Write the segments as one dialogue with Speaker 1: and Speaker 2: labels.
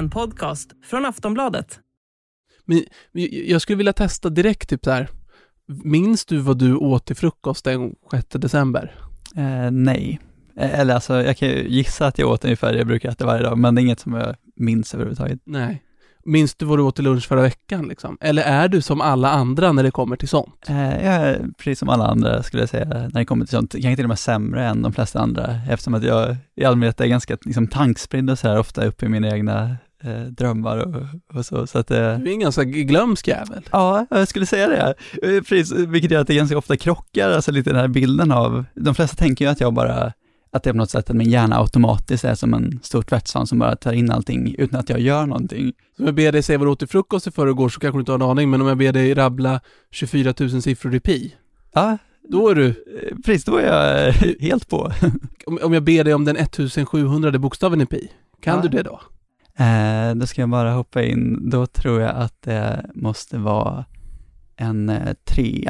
Speaker 1: En podcast från Aftonbladet.
Speaker 2: Men jag skulle vilja testa direkt typ så här. Minns du vad du åt till frukost den 6 december?
Speaker 3: Nej. Eller alltså, jag kan gissa att jag åt ungefär det jag brukar äta varje dag, men det är inget som jag minns överhuvudtaget.
Speaker 2: Nej. Minns du vad du åt till lunch förra veckan liksom? Eller är du som alla andra när det kommer till sånt?
Speaker 3: Jag är precis som alla andra skulle jag säga när det kommer till sånt. Kanske till och med sämre än de flesta andra, eftersom att jag i allmänhet är ganska liksom, tankspridd och så här, ofta uppe i mina egna drömmar och så. Så att, du
Speaker 2: är en ganska glömsk jävel.
Speaker 3: Ja, jag skulle säga det. Precis, vilket gör att det ganska ofta krockar, alltså lite den här bilden av, de flesta tänker ju att jag bara, att det är på något sätt att min hjärna automatiskt är som en stor tvättsvans som bara tar in allting utan att jag gör någonting.
Speaker 2: Så om jag ber dig säga vad du åt till frukost i förrgår så kanske du inte har en aning, men om jag ber dig rabbla 24 000 siffror i pi.
Speaker 3: Ja.
Speaker 2: Då är du...
Speaker 3: Precis, då är jag helt på.
Speaker 2: Om jag ber dig om den 1700 bokstaven i pi, kan du det då?
Speaker 3: Då ska jag bara hoppa in. Då tror jag att det måste vara en 3.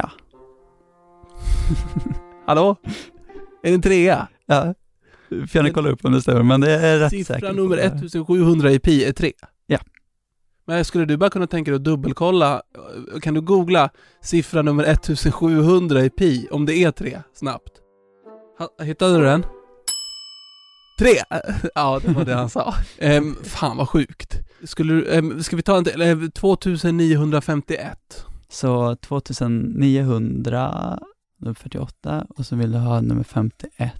Speaker 2: Hallå? Är det en 3?
Speaker 3: Ja, får jag kolla upp om det stämmer, men det är rätt
Speaker 2: siffra
Speaker 3: säkert.
Speaker 2: Siffra nummer 1700 i pi är 3.
Speaker 3: Ja.
Speaker 2: Men skulle du bara kunna tänka dig att dubbelkolla, kan du googla siffra nummer 1700 i pi om det är 3 snabbt? Hittade du den? 3! Ja, det var det han sa. Fan vad sjukt. Ska vi ta en 2951? Så
Speaker 3: 2948 och så vill du ha nummer 51.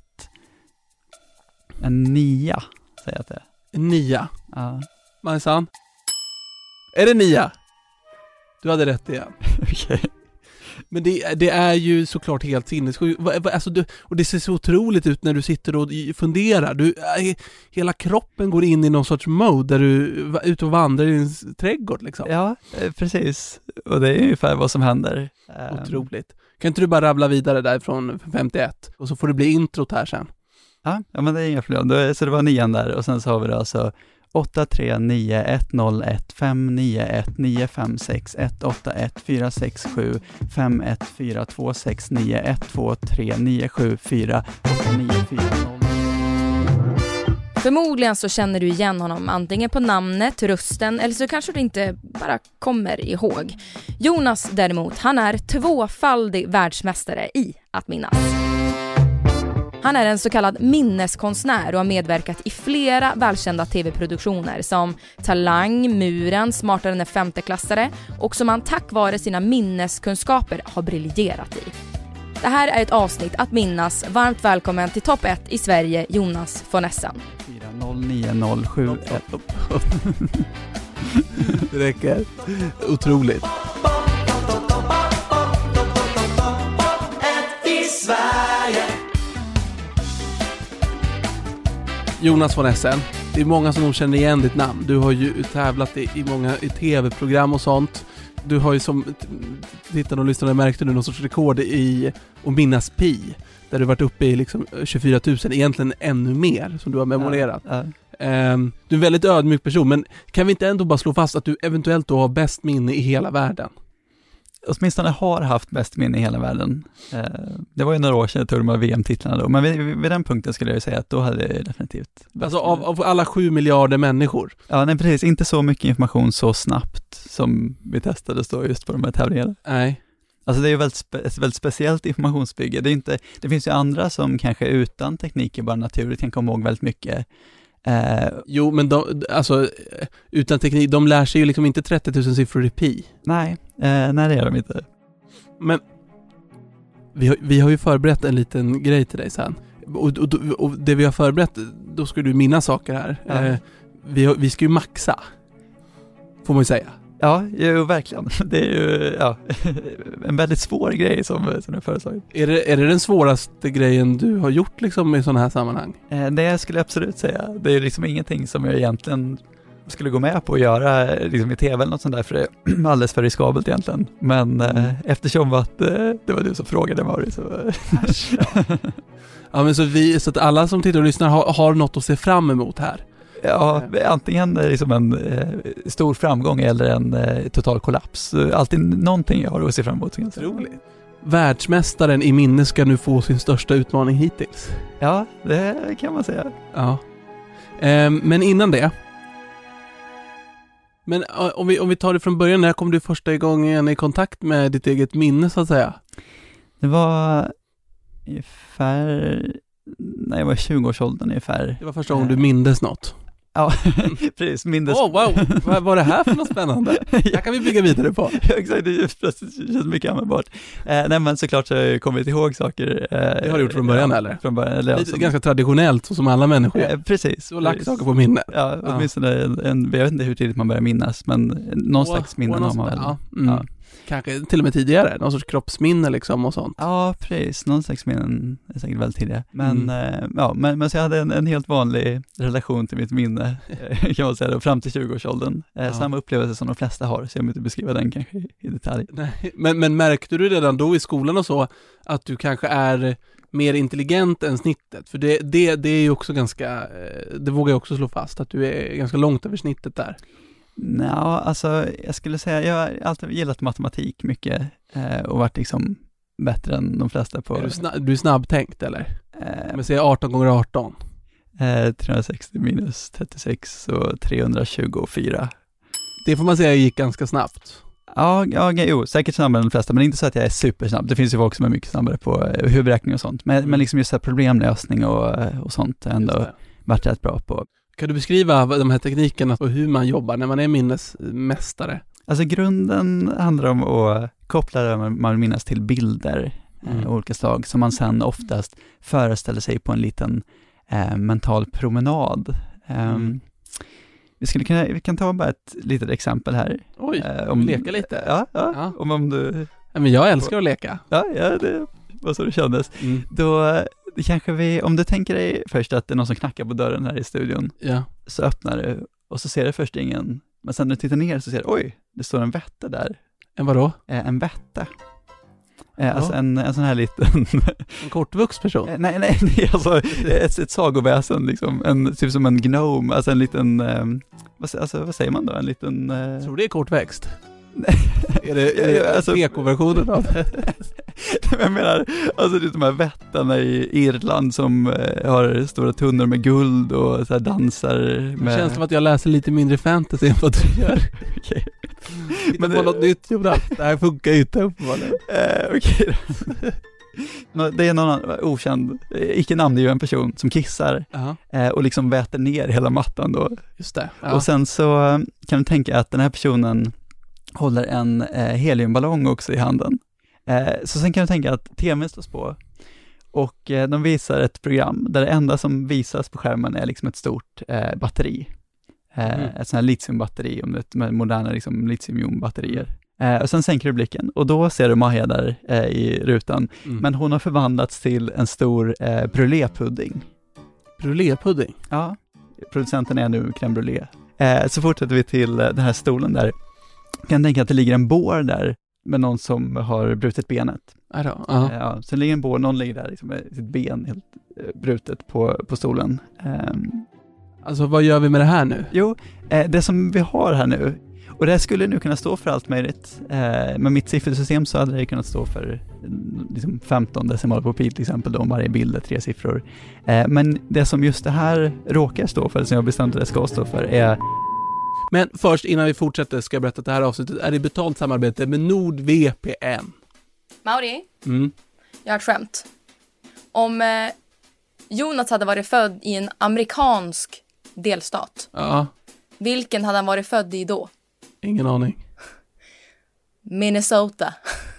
Speaker 3: En 9, säger jag att det är.
Speaker 2: En 9?
Speaker 3: Ja.
Speaker 2: Majsan? Är det 9? Du hade rätt igen.
Speaker 3: Okej.
Speaker 2: Men det är ju såklart helt sinnessjukt. Alltså och det ser så otroligt ut när du sitter och funderar. Hela kroppen går in i någon sorts mode där du är ute och vandrar i en trädgård liksom.
Speaker 3: Ja, precis. Och det är ungefär vad som händer.
Speaker 2: Otroligt. Kan inte du bara rabbla vidare där från 51 och så får det bli introt här sen.
Speaker 3: Ja, men det är inga problem. Så det var 9 där och sen så har vi det alltså 839159194625142691269748940.
Speaker 4: Förmodligen så känner du igen honom antingen på namnet, rösten eller så kanske du inte bara kommer ihåg. Jonas däremot, han är 2-faldig världsmästare i att minnas. Han är en så kallad minneskonstnär och har medverkat i flera välkända tv-produktioner som Talang, Muren, Smartare än en femteklassare och som han tack vare sina minneskunskaper har briljerat i. Det här är ett avsnitt att minnas. Varmt välkommen till topp 1 i Sverige, Jonas von Essen.
Speaker 3: 409071.
Speaker 2: Det räcker. Otroligt. Jonas von Essen, det är många som känner igen ditt namn. Du har ju tävlat i många tv-program och sånt. Du har ju som tittarna och lyssnarna märkte nu någon sorts rekord i att minnas pi. Där du varit uppe i liksom 24 000, egentligen ännu mer som du har memorerat.
Speaker 3: Ja.
Speaker 2: Du är en väldigt ödmjuk person, men kan vi inte ändå bara slå fast att du eventuellt då har bäst minne i hela världen?
Speaker 3: Åtminstone har haft bäst minne i hela världen. Det var ju några år sedan jag tog de här VM-titlarna då. Men vid den punkten skulle jag ju säga att då hade jag definitivt bäst.
Speaker 2: Alltså av alla 7 miljarder människor?
Speaker 3: Ja, nej precis. Inte så mycket information så snabbt som vi testade då just på de här tävlingarna.
Speaker 2: Nej.
Speaker 3: Alltså det är ju ett väldigt speciellt informationsbygge. Det finns ju andra som kanske utan tekniker bara naturligt kan komma ihåg väldigt mycket.
Speaker 2: Jo, men utan teknik, de lär sig ju liksom inte 30 000 siffror i pi.
Speaker 3: Nej, det gör de inte. Men
Speaker 2: vi har ju förberett en liten grej till dig sen. Och det vi har förberett, då ska du minnas saker här.
Speaker 3: Ja.
Speaker 2: Vi ska ju maxa, får man ju säga.
Speaker 3: Ja, jo, verkligen. Det är ju en väldigt svår grej som du föreslagit.
Speaker 2: Är det den svåraste grejen du har gjort liksom i sådana här sammanhang?
Speaker 3: Det skulle jag absolut säga. Det är liksom ingenting som jag egentligen skulle gå med på att göra liksom i tv eller något sånt där, för det är alldeles för riskabelt egentligen. Men eftersom att det var du som frågade Mauri så...
Speaker 2: Ja, men så att alla som tittar och lyssnar har något att se fram emot här.
Speaker 3: Ja, antingen liksom en stor framgång eller en total kollaps. Alltid någonting jag har att se fram emot.
Speaker 2: Roligt. Världsmästaren i minne ska nu få sin största utmaning hittills.
Speaker 3: Ja, det kan man säga.
Speaker 2: Ja. Men innan det Men om vi tar det från början, när kom du första gången i kontakt med ditt eget minne så att säga?
Speaker 3: Det var ungefär när jag var i 20-årsåldern ungefär.
Speaker 2: Det var första gången du mindes något.
Speaker 3: Ja, precis. Mindes.
Speaker 2: Wow, vad var det här för något spännande? Det här kan vi bygga vidare på.
Speaker 3: Exakt, det känns mycket användbart. Nej, men såklart så har jag kommit ihåg saker.
Speaker 2: Det har du gjort från början eller?
Speaker 3: Från början. Eller
Speaker 2: alltså, ganska traditionellt, så som alla människor.
Speaker 3: Precis.
Speaker 2: Så lagt saker på minnet.
Speaker 3: Ja, åtminstone jag vet inte hur tidigt man börjar minnas, men någon slags minnen har man väl.
Speaker 2: Ja. Kanske till och med tidigare, någon sorts kroppsminne liksom och sånt.
Speaker 3: Ja, precis. Någon slags minnen är säkert väl tidigare. Men, men så jag hade en helt vanlig relation till mitt minne, kan man säga då, fram till 20-årsåldern. Samma upplevelse som de flesta har, så jag vill inte beskriva den kanske i detalj.
Speaker 2: Nej, men märkte du redan då i skolan och så, att du kanske är mer intelligent än snittet? För det är ju också ganska, det vågar jag också slå fast, att du är ganska långt över snittet där.
Speaker 3: Ja, alltså jag skulle säga, jag har alltid gillat matematik mycket och varit liksom bättre än de flesta på...
Speaker 2: Du är snabbtänkt eller? Men säg 18 gånger 18.
Speaker 3: 360 minus 36 och 324.
Speaker 2: Det får man säga gick ganska snabbt.
Speaker 3: Jo, säkert snabbare än de flesta, men inte så att jag är supersnabb. Det finns ju folk som är mycket snabbare på huvudräkning och sånt. Men liksom just så här problemlösning och sånt har ändå varit rätt bra på. Kan
Speaker 2: du beskriva de här teknikerna och hur man jobbar när man är minnesmästare?
Speaker 3: Alltså grunden handlar om att koppla det man minns till bilder olika slag som man sen oftast föreställer sig på en liten mental promenad. Vi kan ta bara ett litet exempel här.
Speaker 2: Oj, leka lite.
Speaker 3: Ja. Om du...
Speaker 2: Men jag älskar att leka.
Speaker 3: Ja, det var så det kändes. Då kanske om du tänker dig först att det är någon som knackar på dörren här i studion, så öppnar du och så ser du först ingen, men sen när du tittar ner så ser du, oj, det står en vätte där.
Speaker 2: En vadå?
Speaker 3: En vätte. Alltså en sån här liten...
Speaker 2: En kortvux person?
Speaker 3: Nej, alltså ett sagoväsen liksom, typ som en gnome, alltså en liten, vad säger man då, en liten...
Speaker 2: Tror det är kortväxt? Är det alltså, PK-versionen av det?
Speaker 3: Jag menar, alltså det är de här vättarna i Irland som har stora tunnor med guld och så här dansar med...
Speaker 2: Det känns som att jag läser lite mindre fantasy än vad du gör.
Speaker 3: Okej.
Speaker 2: Men det var något nytt, Jonas. Det här funkar ju inte uppenbarligen.
Speaker 3: Okej. Det är någon okänd, icke namngiven person som kissar och liksom väter ner hela mattan då.
Speaker 2: Just det.
Speaker 3: Och sen så kan du tänka att den här personen håller en heliumballong också i handen. Så sen kan du tänka att tvn står på och de visar ett program där det enda som visas på skärmen är liksom ett stort batteri. Ett sånt här litiumbatteri, om det är moderna liksom, litiumjonbatterier. Och sen sänker du blicken och då ser du Maja där i rutan. Men hon har förvandlats till en stor brulépudding.
Speaker 2: Brulépudding?
Speaker 3: Ja, producenten är nu crème brûlée. Så fortsätter vi till den här stolen där. Jag kan tänka att det ligger en bår där med någon som har brutit benet. Så det ligger en bår, någon ligger där liksom, med sitt ben helt brutet på stolen.
Speaker 2: Alltså vad gör vi med det här nu?
Speaker 3: Jo, det som vi har här nu, och det här skulle nu kunna stå för allt möjligt. Med mitt siffersystem så hade det kunnat stå för liksom 15 decimaler på pi till exempel, då, om varje bild är 3 siffror. Men det som just det här råkar stå för, som jag bestämt att det ska stå för, är...
Speaker 2: Men först, innan vi fortsätter, ska jag berätta att det här avsnittet är i betalt samarbete med NordVPN.
Speaker 4: Mauri, jag har ett skämt. Om Jonas hade varit född i en amerikansk delstat, vilken hade han varit född i då?
Speaker 2: Ingen aning.
Speaker 4: Minnesota.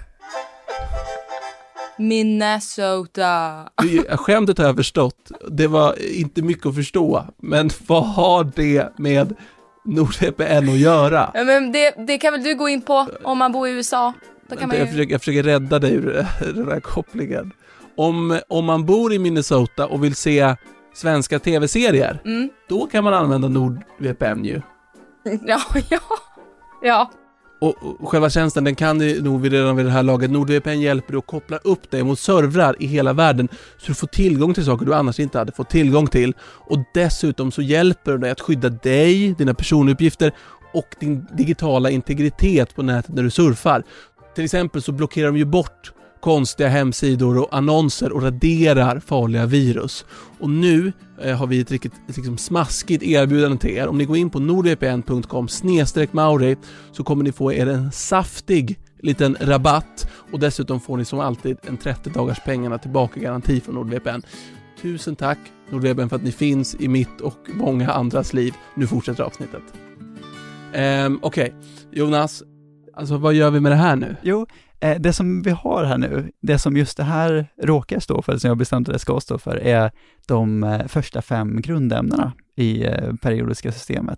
Speaker 2: Skämtet har jag förstått. Det var inte mycket att förstå. Men vad har det med NordVPN att göra?
Speaker 4: Ja, men det kan väl du gå in på om man bor i USA. Då kan
Speaker 2: jag försöker rädda dig ur den här kopplingen. Om man bor i Minnesota och vill se svenska tv-serier, då kan man använda NordVPN ju. Ja. Och själva tjänsten, den kan ju nog redan vid det här laget. NordVPN hjälper dig att koppla upp dig mot servrar i hela världen så du får tillgång till saker du annars inte hade fått tillgång till. Och dessutom så hjälper det dig att skydda dig, dina personuppgifter och din digitala integritet på nätet när du surfar. Till exempel så blockerar de ju bort konstiga hemsidor och annonser och raderar farliga virus. Och nu har vi ett riktigt liksom smaskigt erbjudande till er. Om ni går in på nordvpn.com/Mauri så kommer ni få er en saftig liten rabatt och dessutom får ni som alltid en 30 dagars pengarna tillbaka garanti från NordVPN. Tusen tack NordVPN för att ni finns i mitt och många andras liv. Nu fortsätter avsnittet. Okej, Jonas, alltså vad gör vi med det här nu?
Speaker 3: Jo, det som vi har här nu, det som just det här råkar stå för, som jag bestämt att det ska stå för, är de första 5 grundämnena i periodiska systemet.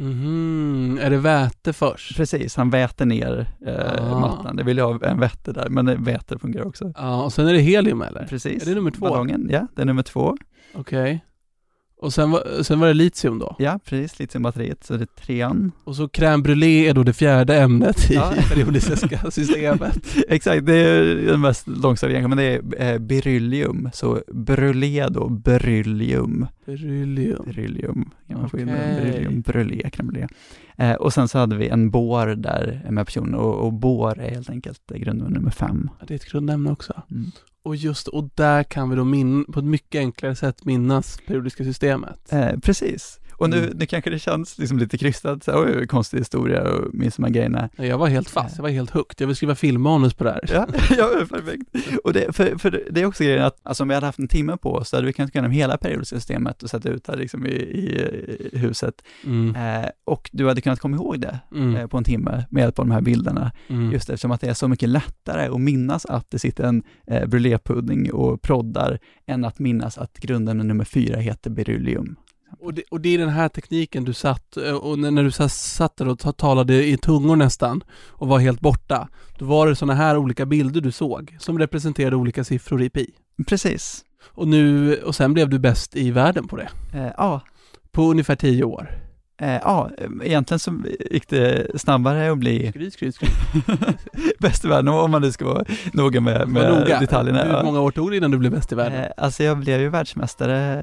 Speaker 2: Är det väte först?
Speaker 3: Precis, han väter ner mattan. Det vill jag ha en väte där, men väte fungerar också.
Speaker 2: Ja, och sen är det helium eller?
Speaker 3: Precis.
Speaker 2: Är det nummer 2?
Speaker 3: Ballongen, ja, det är nummer 2.
Speaker 2: Okej. Och sen var det litium då?
Speaker 3: Ja, precis, litiumbatteriet, så det är 3:an.
Speaker 2: Och så crème brûlée är då det 4:e ämnet i periodiska systemet.
Speaker 3: Exakt, det är den mest långsamma, men det är beryllium, så brûlé då, beryllium. Beryllium, kan man få in beryllium, brûlé, crème brûlée. Och sen så hade vi en bor där med personen, och bor är helt enkelt grundämne nummer 5.
Speaker 2: Ja, det är ett grundämne också. Och just, och där kan vi då på ett mycket enklare sätt minnas periodiska systemet.
Speaker 3: Precis. Och nu kanske det känns liksom lite krystat, så oj, konstig historia och minns de här grejerna.
Speaker 2: Jag var helt fast, jag var helt hooked. Jag vill skriva filmmanus på det här.
Speaker 3: Ja, perfekt. Och för det är också grejen att alltså, om vi hade haft en timme på oss så hade vi kunnat gå igenom hela periodiska systemet och sätta ut här liksom i huset. Och du hade kunnat komma ihåg det på en timme med hjälp av de här bilderna. Just eftersom att det är så mycket lättare att minnas att det sitter en brûlépudding och proddar än att minnas att grundämne nummer 4 heter beryllium.
Speaker 2: Och det är den här tekniken du satt, och när du satt där och talade i tungor nästan och var helt borta, då var det såna här olika bilder du såg som representerade olika siffror i pi.
Speaker 3: Precis.
Speaker 2: Och sen blev du bäst i världen på det.
Speaker 3: Ja.
Speaker 2: På ungefär 10 år.
Speaker 3: Ja, egentligen så gick det snabbare att bli
Speaker 2: skryt.
Speaker 3: bäst i världen, om man nu ska vara noga med detaljerna.
Speaker 2: Hur många år tog det innan du blev bäst i världen?
Speaker 3: Alltså jag blev ju världsmästare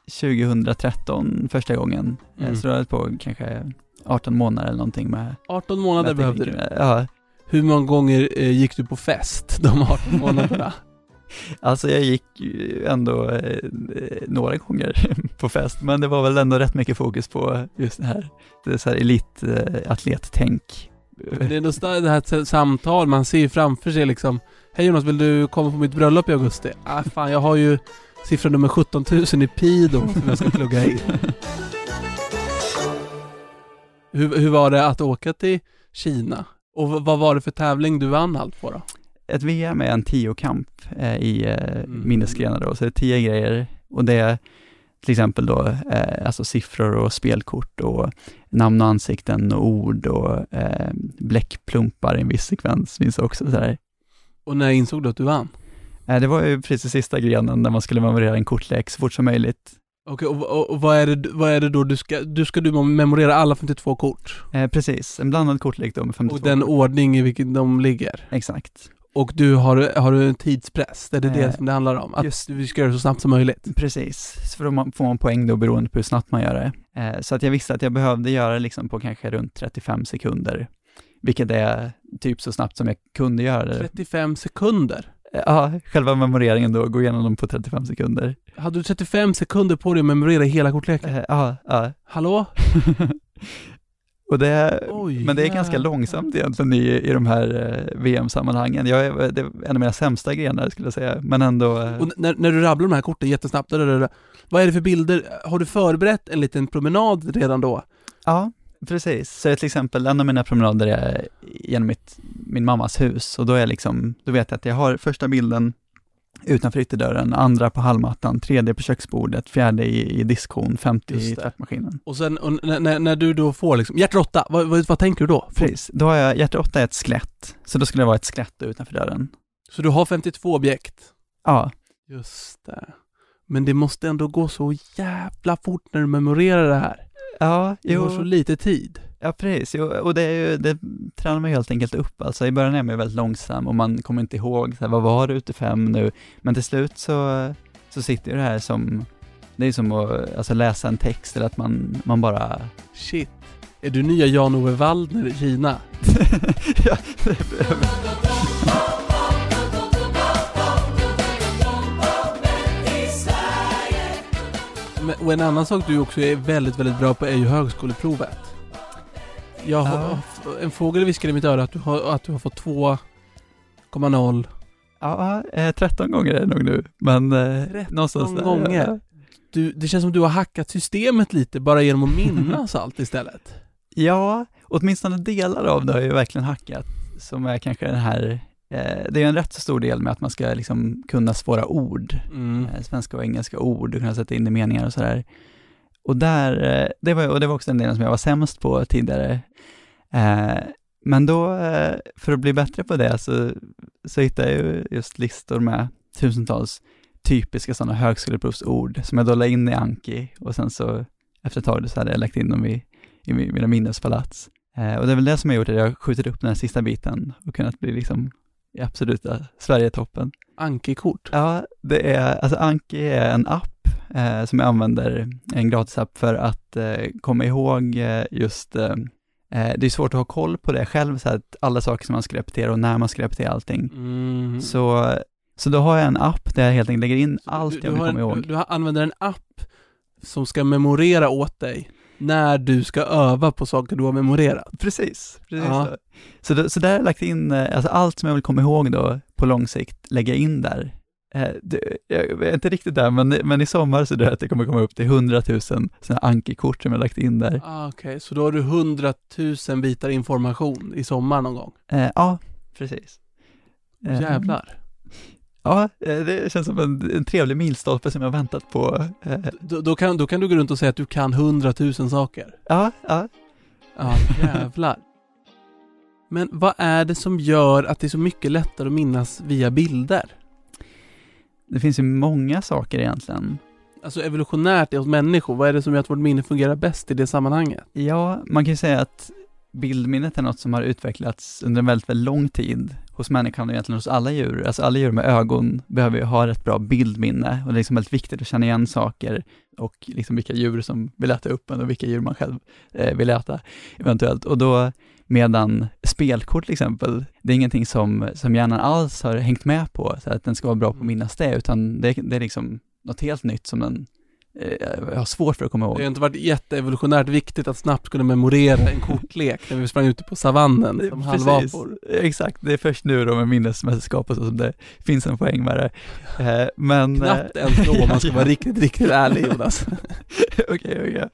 Speaker 3: 2013 första gången. Så det var på kanske 18 månader eller någonting med
Speaker 2: 18 månader behövde du?
Speaker 3: Ja.
Speaker 2: Hur många gånger gick du på fest de 18 månaderna?
Speaker 3: Alltså jag gick ändå några gånger på fest, men det var väl ändå rätt mycket fokus på just det här elitatlet-tänk.
Speaker 2: Det är nog det här samtal, man ser framför sig liksom, hej Jonas, vill du komma på mitt bröllop i augusti? Fan, jag har ju siffra nummer 17 000 i pi då som jag ska plugga in. Hur var det att åka till Kina? Och vad var det för tävling du vann allt på då?
Speaker 3: Ett VM är en 10-kamp i minnesgrenar då, så det är 10 grejer. Och det är till exempel då alltså siffror och spelkort och namn och ansikten och ord och bläckplumpar i en viss sekvens finns också. Så här.
Speaker 2: Och när insåg du att du vann?
Speaker 3: Det var ju precis sista grenen där man skulle memorera en kortlek så fort som möjligt.
Speaker 2: Okej, och vad är det då du ska memorera alla 52 kort?
Speaker 3: Precis, en blandad kortlek då med 52
Speaker 2: och den
Speaker 3: kort.
Speaker 2: Ordning i vilken de ligger?
Speaker 3: Exakt.
Speaker 2: Och har du en tidspress? Det är det som det handlar om? Att vi ska göra det så snabbt som möjligt?
Speaker 3: Precis, så då får man poäng då beroende på hur snabbt man gör det. Så att jag visste att jag behövde göra liksom på kanske runt 35 sekunder. Vilket är typ så snabbt som jag kunde göra det.
Speaker 2: 35 sekunder?
Speaker 3: Ja, själva memoreringen då, gå igenom dem på 35 sekunder.
Speaker 2: Hade du 35 sekunder på dig att memorera hela kortleken?
Speaker 3: Ja. Hallå? Och men det är ganska långsamt egentligen i de här VM-sammanhangen. Det är en av mina sämsta grenar skulle jag säga, men ändå...
Speaker 2: Och när du rabblar de här korten jättesnabbt, vad är det för bilder? Har du förberett en liten promenad redan då?
Speaker 3: Ja, precis. Så till exempel en av mina promenader är genom min mammas hus, och då är då vet jag att jag har första bilden utanför ytterdörren, andra på hallmattan, tredje på köksbordet, fjärde i diskhon, 50 i tvättmaskinen. Och
Speaker 2: sen när du då får hjärta 8, vad tänker du då?
Speaker 3: Precis, då har jag hjärta 8 är ett skelett, så då skulle det vara ett skelett utanför dörren.
Speaker 2: Så du har 52 objekt?
Speaker 3: Ja.
Speaker 2: Just det. Men det måste ändå gå så jävla fort när du memorerar det här.
Speaker 3: Ja,
Speaker 2: du har så lite tid.
Speaker 3: Ja, precis. Och det tränar man helt enkelt upp. Alltså i början är man väldigt långsam och man kommer inte ihåg vad var det ute 5 nu. Men till slut så sitter det här det är som att läsa en text, eller att man bara...
Speaker 2: Shit. Är du nya Jan-Ove Waldner i Kina?
Speaker 3: Ja,
Speaker 2: Och en annan sak du också är väldigt, väldigt bra på är ju högskoleprovet. Jag har en fågel viskade i mitt öra att du har fått 2,0.
Speaker 3: Ja, 13 gånger är det nog nu. Men
Speaker 2: 13 gånger. Det känns som du har hackat systemet lite bara genom att minnas allt istället.
Speaker 3: Ja, åtminstone delar av det har jag ju verkligen hackat. Som är kanske den här... det är en rätt så stor del med att man ska liksom kunna svåra ord. Svenska och engelska ord och kunna sätta in i meningar och sådär. Och det var också en del som jag var sämst på tidigare. Men då, för att bli bättre på det så hittade jag ju just listor med tusentals typiska sådana högskoleprovsord som jag då la in i Anki. Och sen så efter ett tag så hade jag lagt in dem i mina minnespalats. Och det är väl det som har gjort att jag skjutit upp den här sista biten och kunnat bli liksom i absoluta Sverigetoppen.
Speaker 2: Anki-kort?
Speaker 3: Ja, Anki är en app som jag använder, en gratisapp för att komma ihåg just, det är svårt att ha koll på det själv, så att alla saker som man ska repetera och när man ska repetera allting. Så då har jag en app där jag helt enkelt lägger in allt jag vill komma ihåg.
Speaker 2: Du använder en app som ska memorera åt dig när du ska öva på saker du har memorerat.
Speaker 3: Precis. Så där har jag lagt in alltså allt som jag vill komma ihåg då på lång sikt, lägga in där. Jag är inte riktigt där, men i sommar så det kommer komma upp till 100 000 sådana Anki-kort som jag lagt in där.
Speaker 2: Okej. Så då har du 100 000 bitar information i sommar någon gång?
Speaker 3: Ja, precis.
Speaker 2: Jävlar.
Speaker 3: Ja, det känns som en trevlig milstolpe som jag har väntat på.
Speaker 2: Då kan du gå runt och säga att du kan 100 000 saker.
Speaker 3: Ja.
Speaker 2: Ja, jävlar. Men vad är det som gör att det är så mycket lättare att minnas via bilder?
Speaker 3: Det finns ju många saker egentligen.
Speaker 2: Alltså evolutionärt hos människor, vad är det som gör att vårt minne fungerar bäst i det sammanhanget?
Speaker 3: Ja, man kan ju säga att bildminnet är något som har utvecklats under en väldigt, väldigt lång tid hos människan och egentligen hos alla djur. Alltså alla djur med ögon behöver ju ha ett bra bildminne och det är liksom väldigt viktigt att känna igen saker och liksom vilka djur som vill äta upp en och vilka djur man själv vill äta eventuellt. Och då medan spelkort till exempel, det är ingenting som hjärnan alls har hängt med på så att den ska vara bra på att minnas det, utan det är liksom något helt nytt som den har svårt för att komma ihåg.
Speaker 2: Det har inte varit jätteevolutionärt viktigt att snabbt kunna memorera en kortlek när vi sprang ute på savannen som halvapor.
Speaker 3: Exakt, det är först nu då med minnesmästerskap och så som det finns en poäng med det. Men
Speaker 2: knappt ens då om man ska vara riktigt, riktigt ärlig, Jonas.
Speaker 3: Okej.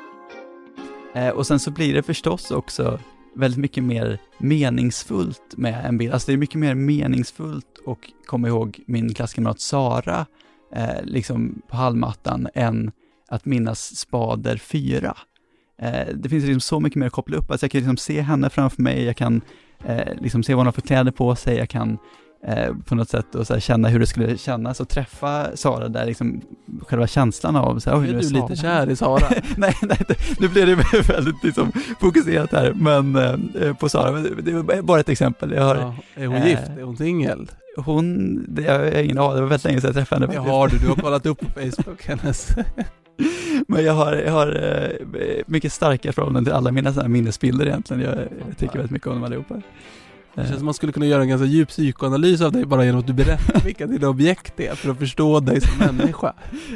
Speaker 3: Och sen så blir det förstås också väldigt mycket mer meningsfullt med en bild. Alltså det är mycket mer meningsfullt att komma ihåg min klasskamrat Sara liksom på hallmattan än att minnas spader 4. Det finns liksom så mycket mer att koppla upp. Alltså jag kan liksom se henne framför mig, jag kan liksom se vad hon har för kläder på sig, jag kan på något sätt och så här, känna hur det skulle kännas att träffa Sara där, liksom själva känslan av så här,
Speaker 2: är du lite kär i Sara?
Speaker 3: nej, nu blir det väldigt liksom fokuserat här, men på Sara, det är bara ett exempel. Jag har,
Speaker 2: är hon gift? Är hon singel?
Speaker 3: Jag har ingen aning, det var väldigt länge sedan jag träffade henne.
Speaker 2: Du har kollat upp på Facebook hennes.
Speaker 3: Men jag har mycket starka förhållanden till alla mina minnesbilder egentligen. Jag tycker väldigt mycket om dem allihopa.
Speaker 2: Det känns som man skulle kunna göra en ganska djup psykoanalys av dig bara genom att du berättar vilka dina objekt är för att förstå dig som människa.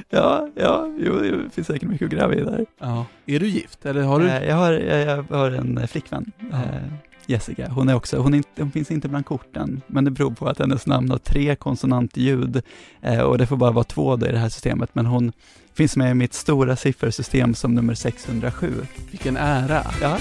Speaker 2: Det finns säkert mycket att gräva i där. Ja. Är du gift? Eller har du?
Speaker 3: Jag har en flickvän, Jessica. Hon finns inte bland korten, men det beror på att hennes namn har 3 konsonantljud och det får bara vara 2 då i det här systemet, men hon finns med i mitt stora siffersystem som nummer 607.
Speaker 2: Vilken ära!
Speaker 3: Ja.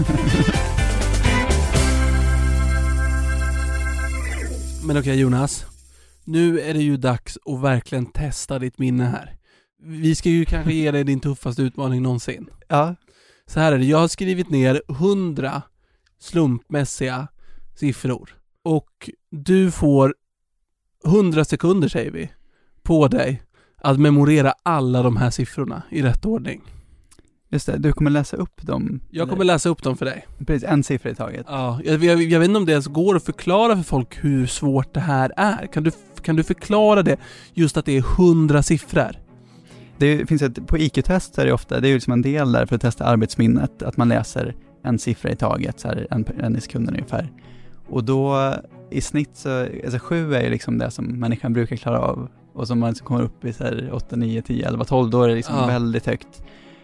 Speaker 2: Men okej, Jonas, nu är det ju dags att verkligen testa ditt minne här. Vi ska ju kanske ge dig din tuffaste utmaning någonsin.
Speaker 3: Ja.
Speaker 2: Så här är det, jag har skrivit ner 100 slumpmässiga siffror. Och du får 100 sekunder, säger vi, på dig att memorera alla de här siffrorna i rätt ordning.
Speaker 3: Just det, du kommer läsa upp dem.
Speaker 2: Jag kommer läsa upp dem för dig.
Speaker 3: Precis, en siffra i taget.
Speaker 2: Ja, jag vet inte om det ens går att förklara för folk hur svårt det här är. Kan du förklara det, just att det är 100 siffror?
Speaker 3: Det finns på IQ-test är det ofta, det är ju liksom en del där för att testa arbetsminnet, att man läser en siffra i taget, så här en i sekunden ungefär. Och då i snitt så, alltså 7 är ju liksom det som människan brukar klara av och som man kommer upp i så här 8, 9, 10, 11, 12, då är det liksom väldigt högt.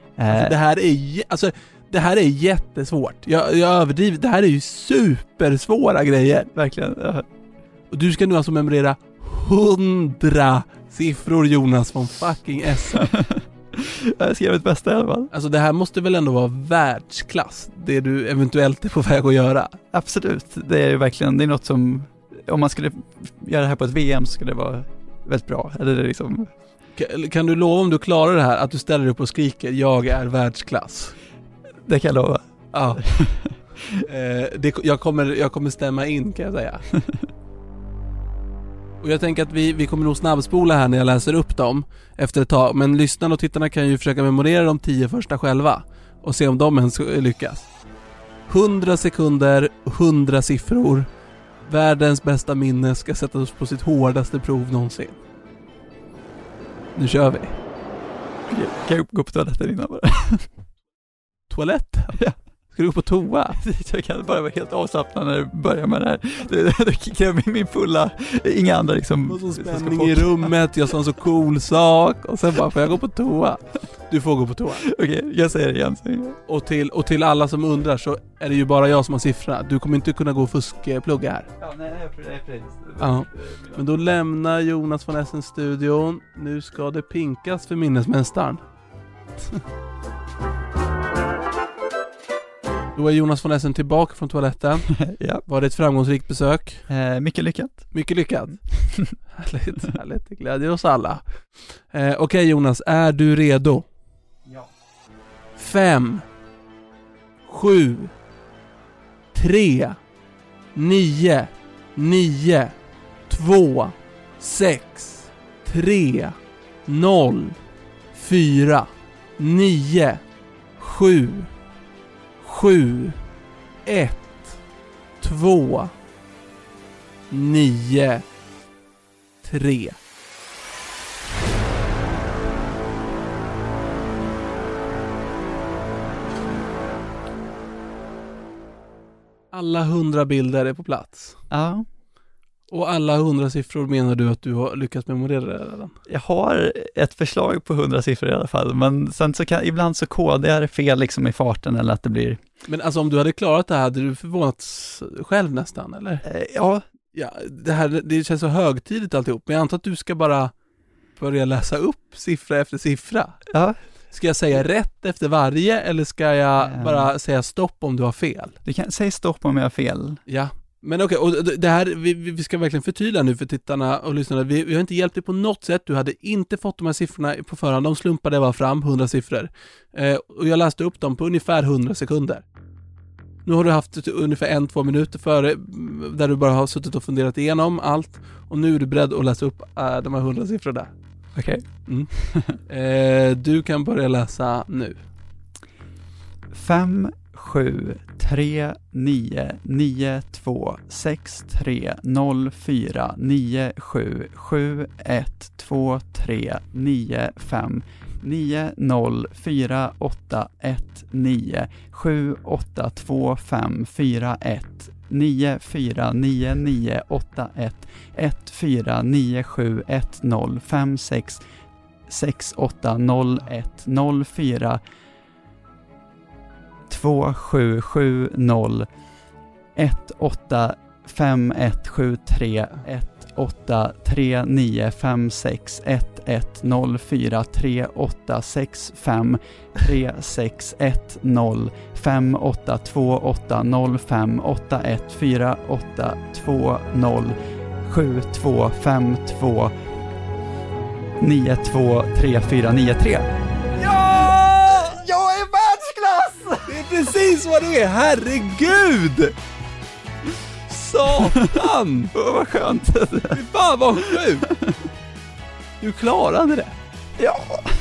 Speaker 2: Det här är jättesvårt. Jag överdriver. Det här är ju supersvåra grejer.
Speaker 3: Verkligen. Ja.
Speaker 2: Och du ska nu alltså memorera 100 siffror, Jonas, från fucking SM.
Speaker 3: Jag skrev mitt bästa i alla fall.
Speaker 2: Alltså det här måste väl ändå vara världsklass, det du eventuellt är på väg att göra.
Speaker 3: Absolut. Det är ju verkligen, det är något som, om man skulle göra det här på ett VM så skulle det vara väldigt bra. Eller det liksom...
Speaker 2: Kan du lova, om du klarar det här, att du ställer dig upp och skriker jag är världsklass?
Speaker 3: Det kan jag lova.
Speaker 2: Ja. Jag kommer stämma in, kan jag säga. Och jag tänker att vi kommer nog snabbspola här när jag läser upp dem efter ett tag. Men lyssnarna och tittarna kan ju försöka memorera de 10 första själva och se om de ens lyckas. 100 sekunder, 100 siffror. Världens bästa minne ska sättas på sitt hårdaste prov någonsin. Nu kör vi.
Speaker 3: Kan jag gå på toaletten innan bara?
Speaker 2: Toaletten? Ja. Ska du gå på toa?
Speaker 3: Jag kan bara vara helt avslappnad när du börjar med det här. Det kräver min fulla, inga andra liksom.
Speaker 2: Och så spänning i rummet, jag sa en så cool sak. Och sen bara, får jag gå på toa? Du får gå på toa.
Speaker 3: Okej, jag säger det igen.
Speaker 2: Och till alla som undrar så är det ju bara jag som har siffrorna. Du kommer inte kunna gå och fuskplugga här.
Speaker 3: Ja, nej, precis.
Speaker 2: Ja. Men då lämnar Jonas från Essen-studion. Nu ska det pinkas för minnesmästaren. Då är Jonas von Essen tillbaka från toaletten.
Speaker 3: Ja.
Speaker 2: Var det ett framgångsrikt besök?
Speaker 3: Mycket lyckat.
Speaker 2: Mycket lyckat. Härligt. Det glädjer oss alla. Okej, Jonas, är du redo?
Speaker 3: Ja.
Speaker 2: 5 7 3 9 9 2 6 3 0 4 9 7 7 1 2 9 3. Alla 100 bilder är på plats.
Speaker 3: Ja.
Speaker 2: Och alla 100 siffror menar du att du har lyckats memorera det redan?
Speaker 3: Jag har ett förslag på 100 siffror i alla fall, men sen så ibland så kodar jag det fel liksom i farten eller att det blir...
Speaker 2: Men alltså om du hade klarat det här, hade du förvånats själv nästan, eller?
Speaker 3: Ja.
Speaker 2: Ja, det känns så högtidigt alltihop, men jag antar att du ska bara börja läsa upp siffra efter siffra.
Speaker 3: Ja.
Speaker 2: Ska jag säga rätt efter varje, eller ska jag bara säga stopp om du har fel?
Speaker 3: Du kan säga stopp om jag har fel.
Speaker 2: Ja. Men okej, och det här, vi ska verkligen förtydliga nu för tittarna och lyssnarna. Vi har inte hjälpt dig på något sätt. Du hade inte fått de här siffrorna på förhand. De slumpade bara fram 100 siffror. Och jag läste upp dem på ungefär 100 sekunder. Nu har du haft ungefär 1-2 minuter före där du bara har suttit och funderat igenom allt. Och nu är du beredd att läsa upp de här 100 siffrorna.
Speaker 3: Okej.
Speaker 2: Du kan börja läsa nu.
Speaker 3: 5 7 3 9 9 2 6 3 0 4 9 7 7 1 2 3 9 5 9 0 4 8 1 9 7 8 2 5 4 1 9 4 9 9 8 1 1 4 9 7 1 0 5 6 6 8 0 1 0 4 2 7 7 0 1 8 5 1 7 3 1 8 3 9 5 6 1 1 0 4 3 8 6 5 3 6 1 0 5 8 2 8 0 5 8 1 4 8 2 0 7 2 5 2 9 2 3 4 9 3.
Speaker 2: Ja!
Speaker 3: Jag är världsklass!
Speaker 2: Det är precis vad du är, herregud! Satan!
Speaker 3: Vad skönt.
Speaker 2: Fan vad sjukt! Du klarade det.
Speaker 3: Ja.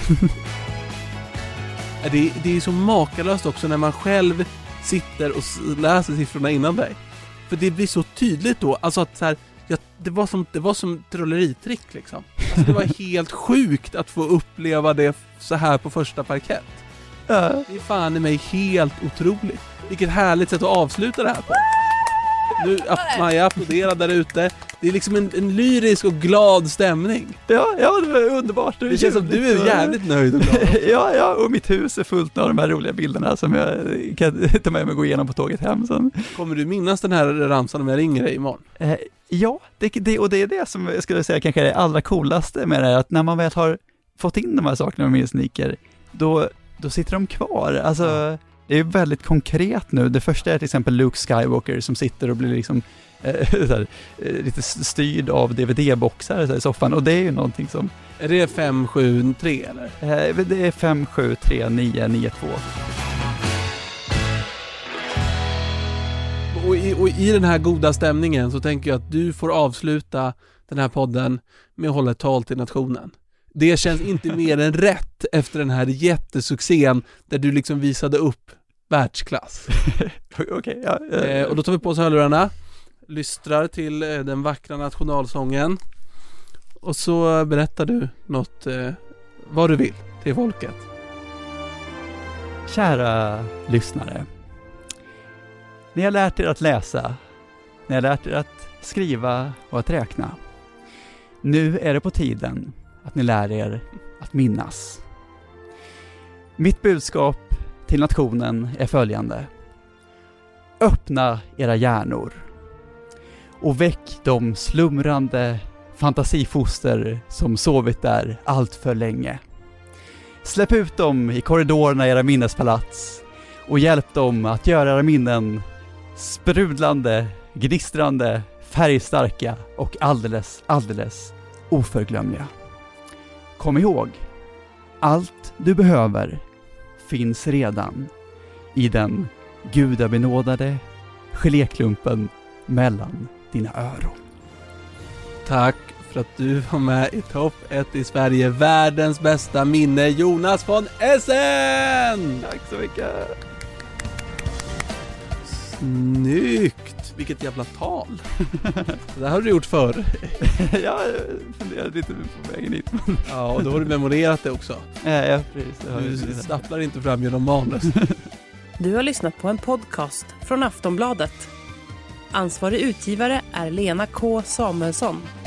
Speaker 2: Det är så makalöst också när man själv sitter och läser siffrorna innan dig. För det blir så tydligt då, alltså att så här, det var som trolleritrick liksom. Alltså det var helt sjukt att få uppleva det så här på första parkett. Det är fan i mig helt Vilket härligt sätt att avsluta det här på. Nu Maja applåderar där ute. Det är liksom en lyrisk och glad stämning.
Speaker 3: Ja, det var underbart.
Speaker 2: Det känns som du är jävligt nöjd och glad.
Speaker 3: Ja, och mitt hus är fullt av de här roliga bilderna som jag kan ta med mig och gå igenom på tåget hem sen.
Speaker 2: Kommer du minnas den här ramsan om jag ringer dig imorgon?
Speaker 3: Ja, och det är det som jag skulle säga kanske är det allra coolaste med det här, att när man väl har fått in de här sakerna med min sneaker, då sitter de kvar. Alltså, det är väldigt konkret nu. Det första är till exempel Luke Skywalker som sitter och blir liksom lite styrd av DVD-boxar i soffan, och det är ju någonting som...
Speaker 2: Är det 573 eller?
Speaker 3: Det är 573992.
Speaker 2: Och i den här goda stämningen så tänker jag att du får avsluta den här podden med att hålla ett tal till nationen. Det känns inte mer än rätt efter den här jättesuccén där du liksom visade upp världsklass.
Speaker 3: Okej, ja.
Speaker 2: Och då tar vi på oss hörlurarna, lystrar till den vackra nationalsången och så berättar du något, vad du vill till folket.
Speaker 3: Kära lyssnare, ni har lärt er att läsa, ni har lärt er att skriva och att räkna. Nu är det på tiden att ni lär er att minnas. Mitt budskap till nationen är följande. Öppna era hjärnor och väck de slumrande fantasifoster som sovit där allt för länge. Släpp ut dem i korridorerna i era minnespalats och hjälp dem att göra era minnen sprudlande, gnistrande, färgstarka och alldeles, alldeles oförglömliga. Kom ihåg, allt du behöver finns redan i den gudabenådade geléklumpen mellan dina öron.
Speaker 2: Tack för att du var med i topp 1 i Sverige, världens bästa minne, Jonas von Essen!
Speaker 3: Tack så mycket!
Speaker 2: Snyggt! Vilket jävla tal! Det här har du gjort förr.
Speaker 3: Jag funderade lite på vägen hit.
Speaker 2: Ja, och då har du memorerat det också.
Speaker 3: Ja, precis.
Speaker 2: Du stapplar inte fram genom manus.
Speaker 1: Du har lyssnat på en podcast från Aftonbladet. Ansvarig utgivare är Lena K. Samuelsson.